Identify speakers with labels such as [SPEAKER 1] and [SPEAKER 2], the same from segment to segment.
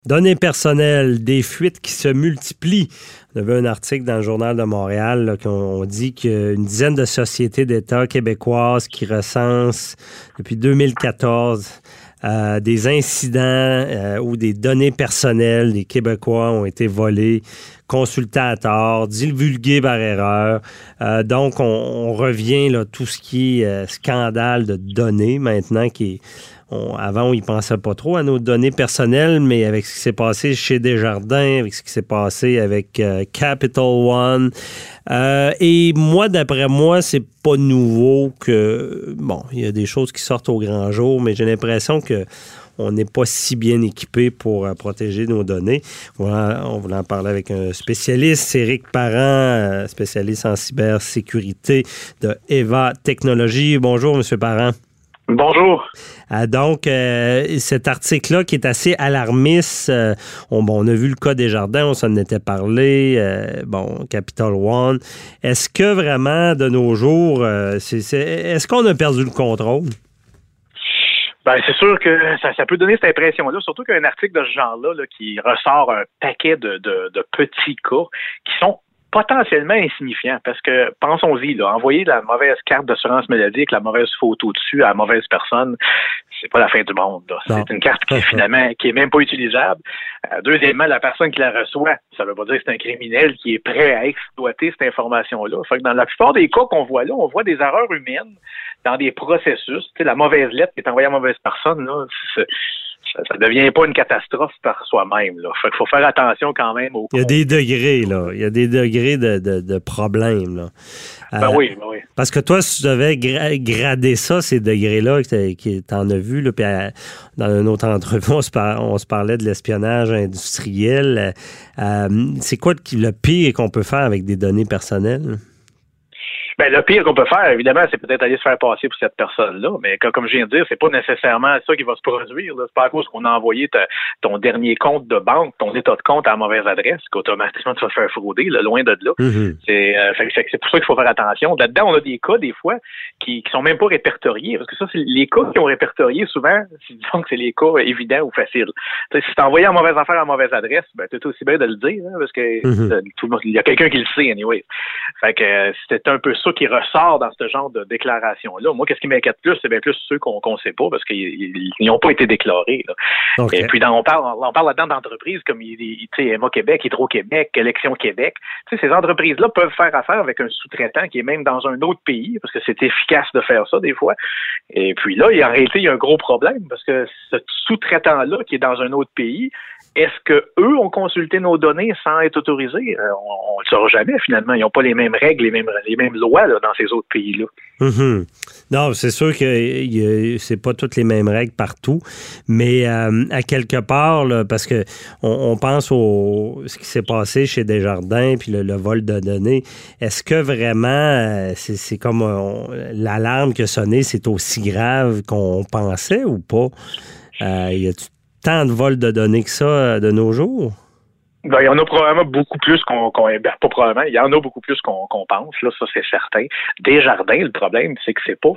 [SPEAKER 1] Données personnelles, des fuites qui se multiplient. On avait un article dans le Journal de Montréal là, qu'on dit qu'une dizaine de sociétés d'État québécoises qui recensent depuis 2014 des incidents où des données personnelles des Québécois ont été volées, consultées à tort, divulguées par erreur. Donc, on revient là tout ce qui est scandale de données maintenant qui est... Avant, on y pensait pas trop à nos données personnelles, mais avec ce qui s'est passé chez Desjardins, avec ce qui s'est passé avec Capital One, et moi, d'après moi, c'est pas nouveau que, bon, il y a des choses qui sortent au grand jour, mais j'ai l'impression que on n'est pas si bien équipé pour protéger nos données. On voulait en parler avec un spécialiste, Éric Parent, spécialiste en cybersécurité de Eva Technologies. Bonjour, M. Parent.
[SPEAKER 2] Bonjour.
[SPEAKER 1] Donc, cet article-là qui est assez alarmiste, on a vu le cas Desjardins, on s'en était parlé, Capital One. Est-ce que vraiment, de nos jours, est-ce qu'on a perdu le contrôle?
[SPEAKER 2] Ben, c'est sûr que ça peut donner cette impression-là, surtout qu'un article de ce genre-là là, qui ressort un paquet de petits cas qui sont potentiellement insignifiant parce que, pensons-y, là, envoyer la mauvaise carte d'assurance maladie avec la mauvaise photo dessus à la mauvaise personne, c'est pas la fin du monde. Là. C'est une carte qui finalement qui est même pas utilisable. Deuxièmement, la personne qui la reçoit, ça veut pas dire que c'est un criminel qui est prêt à exploiter cette information-là. Fait que dans la plupart des cas qu'on voit là, on voit des erreurs humaines dans des processus. Tu sais, la mauvaise lettre qui est envoyée à la mauvaise personne, là, ça ne devient pas une catastrophe par soi-même. Là. Fait qu'il faut faire attention quand même au...
[SPEAKER 1] Il y a des degrés, là. Il y a des degrés de problèmes, là.
[SPEAKER 2] Oui.
[SPEAKER 1] Parce que toi, si tu devais grader ça, ces degrés-là, que t'en as vu, là, puis dans une autre entrevue, on se parlait de l'espionnage industriel. C'est quoi le pire qu'on peut faire avec des données personnelles?
[SPEAKER 2] Ben, le pire qu'on peut faire, évidemment, c'est peut-être aller se faire passer pour cette personne-là, mais comme je viens de dire, c'est pas nécessairement ça qui va se produire. Là. C'est pas à cause qu'on a envoyé ton dernier compte de banque, ton état de compte à la mauvaise adresse, qu'automatiquement tu vas te faire frauder, là, loin de là. Mm-hmm. C'est pour ça qu'il faut faire attention. Là-dedans, on a des cas, des fois, qui sont même pas répertoriés, parce que ça, c'est les cas qui ont répertoriés, souvent, disons que c'est les cas évidents ou faciles. T'sais, si t'as envoyé à mauvaise affaire à la mauvaise adresse, ben, t'es aussi bien de le dire, hein, parce que il y a quelqu'un qui le sait, anyway. Fait que c'est un peu ça qui ressort dans ce genre de déclaration-là. Moi, qu'est-ce qui m'inquiète plus, c'est bien plus ceux qu'on sait pas parce qu'ils n'ont pas été déclarés. Là. Okay. Et puis, on parle là-dedans d'entreprises comme Emma Québec, Hydro-Québec, Élections Québec. T'sais, ces entreprises-là peuvent faire affaire avec un sous-traitant qui est même dans un autre pays parce que c'est efficace de faire ça des fois. Et puis là, en réalité, il y a un gros problème parce que ce sous-traitant-là qui est dans un autre pays, est-ce qu'eux ont consulté nos données sans être autorisés? On ne le saura jamais, finalement. Ils n'ont pas les mêmes règles, les mêmes lois là, dans ces autres pays-là.
[SPEAKER 1] Mm-hmm. Non, c'est sûr que c'est pas toutes les mêmes règles partout, mais à quelque part, là, parce que on pense ce qui s'est passé chez Desjardins puis le vol de données, est-ce que vraiment c'est comme l'alarme qui a sonné, c'est aussi grave qu'on pensait ou pas? Y a-tu tant de vols de données que ça de nos jours?
[SPEAKER 2] Ben, il y en a probablement beaucoup plus pas probablement, il y en a beaucoup plus qu'on pense, là, ça c'est certain. Desjardins, le problème, c'est que c'est pas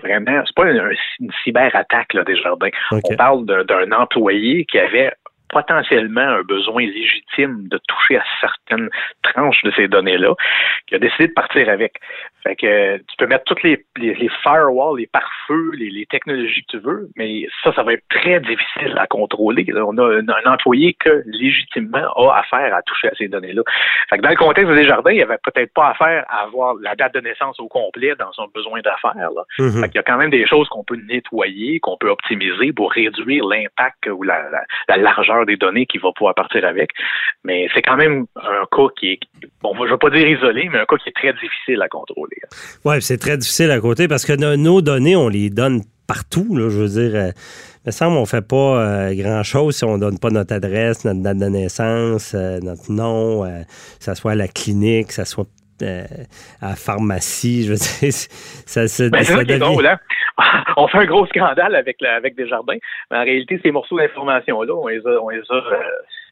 [SPEAKER 2] une cyberattaque, là, Desjardins. Okay. On parle d'un employé qui avait potentiellement un besoin légitime de toucher à certaines tranches de ces données-là, qui a décidé de partir avec. Fait que tu peux mettre toutes les firewalls, les pare-feux, les technologies que tu veux, mais ça va être très difficile à contrôler. On a un employé que légitimement a affaire à toucher à ces données-là. Fait que dans le contexte de Desjardins, il n'y avait peut-être pas affaire à avoir la date de naissance au complet dans son besoin d'affaires. Là. Mm-hmm. Fait qu'il y a quand même des choses qu'on peut nettoyer, qu'on peut optimiser pour réduire l'impact ou la largeur des données qui va pouvoir partir avec. Mais c'est quand même un cas qui est, bon, je ne vais pas dire isolé, mais un cas qui est très difficile à contrôler.
[SPEAKER 1] Oui, c'est très difficile à côté parce que nos données, on les donne partout. Là, je veux dire, il me semble qu'on ne fait pas grand-chose si on ne donne pas notre adresse, notre date de naissance, notre nom, que ça soit à la clinique, que ça soit à la pharmacie. Je veux dire, ça
[SPEAKER 2] devient drôle, hein? On fait un gros scandale avec Desjardins, mais en réalité, ces morceaux d'information-là, on les a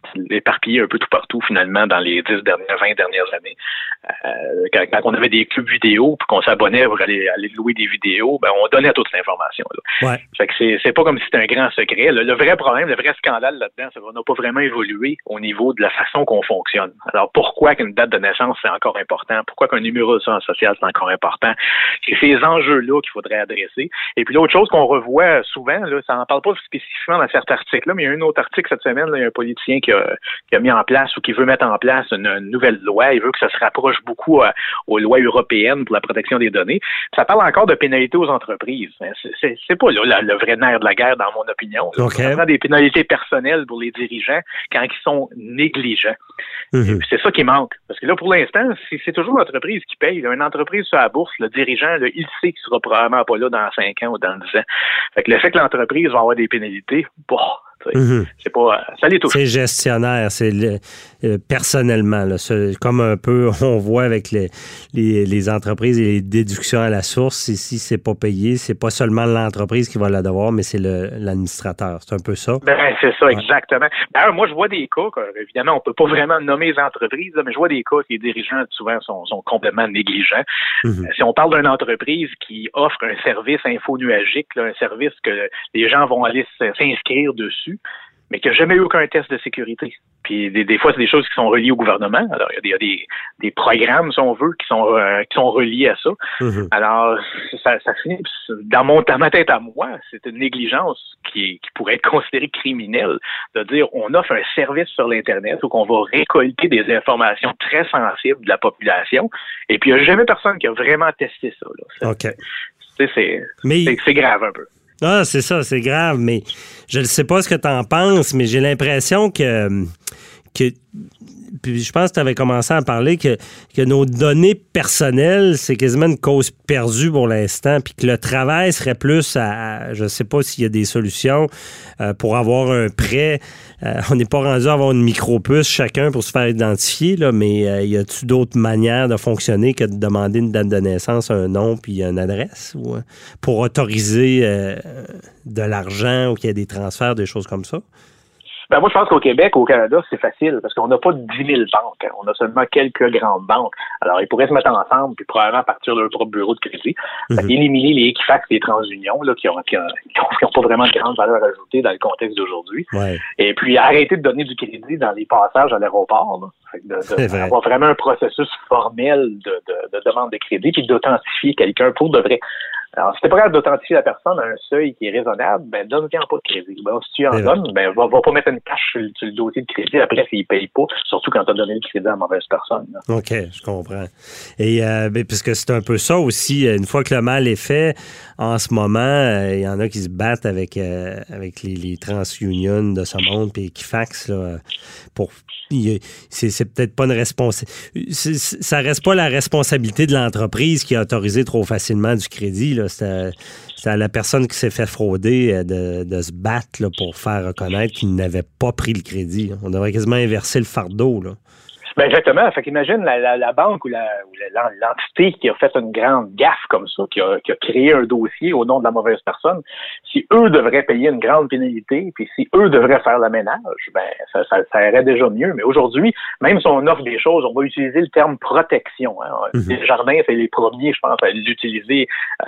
[SPEAKER 2] éparpillés un peu tout partout, finalement, dans les 20 dernières années. Quand on avait des clubs vidéo, puis qu'on s'abonnait pour aller louer des vidéos, ben, on donnait toute l'information, là.
[SPEAKER 1] Ouais.
[SPEAKER 2] Fait que c'est pas comme si c'était un grand secret. Le vrai problème, le vrai scandale là-dedans, c'est qu'on n'a pas vraiment évolué au niveau de la façon qu'on fonctionne. Alors, pourquoi qu'une date de naissance, c'est encore important? Pourquoi qu'un numéro d'assurance sociale, c'est encore important? C'est ces enjeux-là qu'il faudrait adresser. Et puis, l'autre chose qu'on revoit souvent, là, ça n'en parle pas spécifiquement dans certains articles-là, mais il y a un autre article cette semaine, là, il y a un politicien qui a mis en place ou qui veut mettre en place une nouvelle loi. Il veut que ça se rapproche beaucoup aux lois européennes pour la protection des données. Ça parle encore de pénalités aux entreprises. C'est pas là le vrai nerf de la guerre, dans mon opinion.
[SPEAKER 1] Okay.
[SPEAKER 2] Ça prend des pénalités personnelles pour les dirigeants quand ils sont négligents.
[SPEAKER 1] Mm-hmm.
[SPEAKER 2] C'est ça qui manque. Parce que là, pour l'instant, c'est toujours l'entreprise qui paye. Une entreprise sur la bourse, le dirigeant, là, il sait qu'il sera probablement pas là dans 5 ans ou dans 10 ans. Fait que le fait que l'entreprise va avoir des pénalités, c'est pas, ça les touche.
[SPEAKER 1] C'est gestionnaire, c'est personnellement, là, comme un peu on voit avec les entreprises et les déductions à la source. Ici, c'est pas payé, c'est pas seulement l'entreprise qui va la devoir, mais c'est l'administrateur. C'est un peu ça.
[SPEAKER 2] Ben, c'est ça, exactement. D'ailleurs, moi, je vois des cas, évidemment, on peut pas vraiment nommer les entreprises, là, mais je vois des cas que les dirigeants, souvent, sont complètement négligents. Mm-hmm. Si on parle d'une entreprise qui offre un service infonuagique, là, un service que les gens vont aller s'inscrire dessus, mais qui n'a jamais eu aucun test de sécurité. Puis des fois, c'est des choses qui sont reliées au gouvernement. Alors, il y a des programmes, si on veut, qui sont reliés à ça. Mm-hmm. Alors, ça finit, dans ma tête à moi, c'est une négligence qui pourrait être considérée criminelle, de dire on offre un service sur l'Internet où on va récolter des informations très sensibles de la population, et puis il n'y a jamais personne qui a vraiment testé ça. Là.
[SPEAKER 1] OK.
[SPEAKER 2] C'est grave un peu.
[SPEAKER 1] Ah, c'est ça, c'est grave, mais je ne sais pas ce que tu en penses, mais j'ai l'impression que puis je pense que tu avais commencé à parler que nos données personnelles, c'est quasiment une cause perdue pour l'instant, puis que le travail serait plus je ne sais pas s'il y a des solutions pour avoir un prêt. On n'est pas rendu à avoir une micro-puce chacun pour se faire identifier, là, mais y a-t-il d'autres manières de fonctionner que de demander une date de naissance, un nom puis une adresse pour autoriser de l'argent ou qu'il y ait des transferts, des choses comme ça?
[SPEAKER 2] Ben moi, je pense qu'au Québec, au Canada, c'est facile parce qu'on n'a pas 10 000 banques. Hein. On a seulement quelques grandes banques. Alors, ils pourraient se mettre ensemble puis probablement partir de leur propre bureau de crédit. Mm-hmm. Éliminer les Equifax et les TransUnion là, qui ont pas vraiment de grande valeur ajoutée dans le contexte d'aujourd'hui. Ouais. Et puis, arrêter de donner du crédit dans les passages à l'aéroport. Là. Avoir vraiment un processus formel de demande de crédit puis d'authentifier quelqu'un pour de vrai. Alors, si t'es pas capable d'authentifier la personne à un seuil qui est raisonnable, ben donne-lui pas de crédit. Ben, si tu en donnes, ben va pas mettre une cache sur le dossier de crédit après s'il paye pas, surtout quand tu as donné le crédit à la mauvaise personne. Là.
[SPEAKER 1] OK, je comprends. Et puisque c'est un peu ça aussi, une fois que le mal est fait, en ce moment, il y en a qui se battent avec les TransUnion de ce monde puis Equifax là, pour c'est peut-être pas une responsabilité. Ça reste pas la responsabilité de l'entreprise qui a autorisé trop facilement du crédit. Là. C'est à la personne qui s'est fait frauder de se battre là, pour faire reconnaître qu'il n'avait pas pris le crédit. On devrait quasiment inverser le fardeau. Là.
[SPEAKER 2] Ben exactement. Fait qu'imagine la banque ou l'entité qui a fait une grande gaffe comme ça, qui a créé un dossier au nom de la mauvaise personne. Si eux devraient payer une grande pénalité, puis si eux devraient faire le ménage, ben ça irait déjà mieux. Mais aujourd'hui, même si on offre des choses, on va utiliser le terme protection. Hein. Mm-hmm. Les jardins, c'est les premiers, je pense, à l'utiliser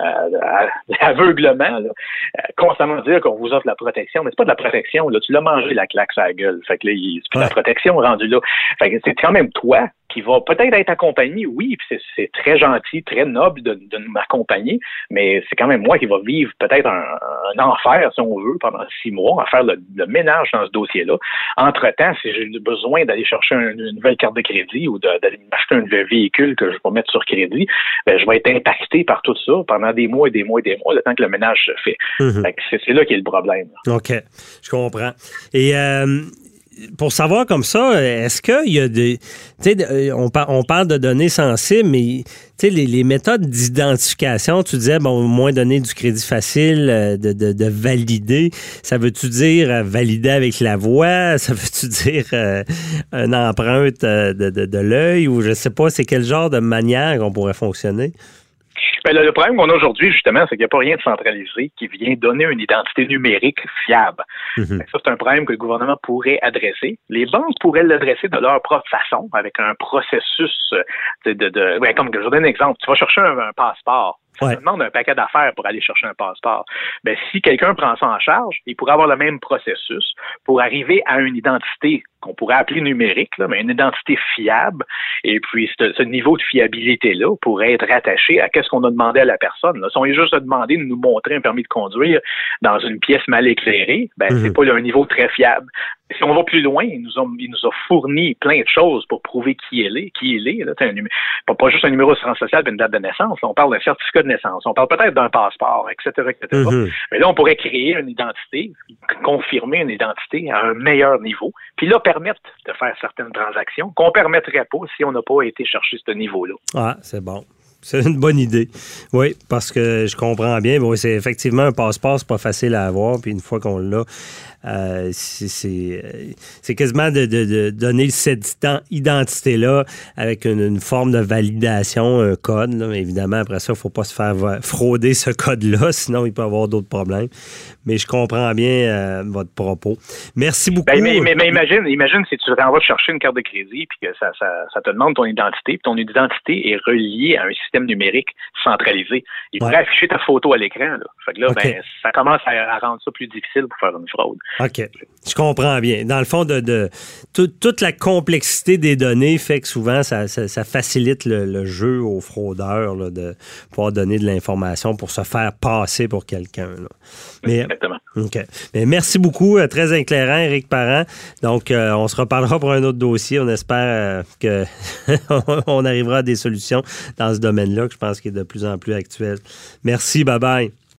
[SPEAKER 2] aveuglement. Là. Constamment dire qu'on vous offre la protection, mais c'est pas de la protection. Là, tu l'as mangé la claque sur la gueule. Fait que là, c'est plus la protection rendue là. Fait que c'est quand même toi qui va peut-être être accompagné, oui, puis c'est très gentil, très noble de m'accompagner, mais c'est quand même moi qui va vivre peut-être un enfer, si on veut, pendant 6 mois, à faire le ménage dans ce dossier-là. Entre-temps, si j'ai besoin d'aller chercher une nouvelle carte de crédit ou d'aller m'acheter un véhicule que je vais mettre sur crédit, ben, je vais être impacté par tout ça pendant des mois et des mois et des mois, le temps que le ménage se fait. Mm-hmm. Fait que c'est là qu'est le problème.
[SPEAKER 1] OK, je comprends. Et pour savoir comme ça, est-ce qu'il y a des... Tu sais, on parle de données sensibles, mais tu sais, les méthodes d'identification, tu disais, bon, au moins donner du crédit facile, de valider. Ça veut-tu dire valider avec la voix? Ça veut-tu dire une empreinte de l'œil? Ou je sais pas, c'est quel genre de manière qu'on pourrait fonctionner?
[SPEAKER 2] Ben, le problème qu'on a aujourd'hui, justement, c'est qu'il n'y a pas rien de centralisé qui vient donner une identité numérique fiable. Ça, c'est un problème que le gouvernement pourrait adresser. Les banques pourraient l'adresser de leur propre façon, avec un processus comme je vous donne un exemple. Tu vas chercher un passeport. Ça te demande un paquet d'affaires pour aller chercher un passeport. Ben, si quelqu'un prend ça en charge, il pourrait avoir le même processus pour arriver à une identité qu'on pourrait appeler numérique, là, mais une identité fiable. Et puis, ce niveau de fiabilité-là pourrait être rattaché à qu'est-ce qu'on a demandé à la personne. Là. Si on lui a juste demandé de nous montrer un permis de conduire dans une pièce mal éclairée, c'est pas un niveau très fiable. Si on va plus loin, il nous a fourni plein de choses pour prouver qui il est. Là. Pas juste un numéro d'assurance sociale, mais une date de naissance. Là. On parle d'un certificat de naissance. On parle peut-être d'un passeport, etc. Mais là, on pourrait créer une identité, confirmer une identité à un meilleur niveau, puis là, permettre de faire certaines transactions qu'on ne permettrait pas si on n'a pas été chercher ce niveau-là.
[SPEAKER 1] Ah, c'est bon. C'est une bonne idée. Oui, parce que je comprends bien. Bon, c'est effectivement un passeport, c'est pas facile à avoir. Puis une fois qu'on l'a, c'est quasiment de donner cette identité-là avec une forme de validation, un code. Là. Évidemment, après ça, il ne faut pas se faire frauder ce code-là, sinon il peut y avoir d'autres problèmes. Mais je comprends bien votre propos. Merci beaucoup.
[SPEAKER 2] Mais imagine si tu t'en vas chercher une carte de crédit puis que ça te demande ton identité, puis ton identité est reliée à un système numérique centralisé. Il pourrait afficher ta photo à l'écran. Là. Fait que là, ça commence à rendre ça plus difficile pour faire une fraude.
[SPEAKER 1] OK. Je comprends bien. Dans le fond, toute la complexité des données fait que souvent, ça facilite le jeu aux fraudeurs là, de pouvoir donner de l'information pour se faire passer pour quelqu'un. Là.
[SPEAKER 2] Exactement.
[SPEAKER 1] OK. Mais merci beaucoup. Très éclairant, Éric Parent. Donc, on se reparlera pour un autre dossier. On espère que on arrivera à des solutions dans ce domaine-là que je pense qu'il est de plus en plus actuel. Merci. Bye-bye.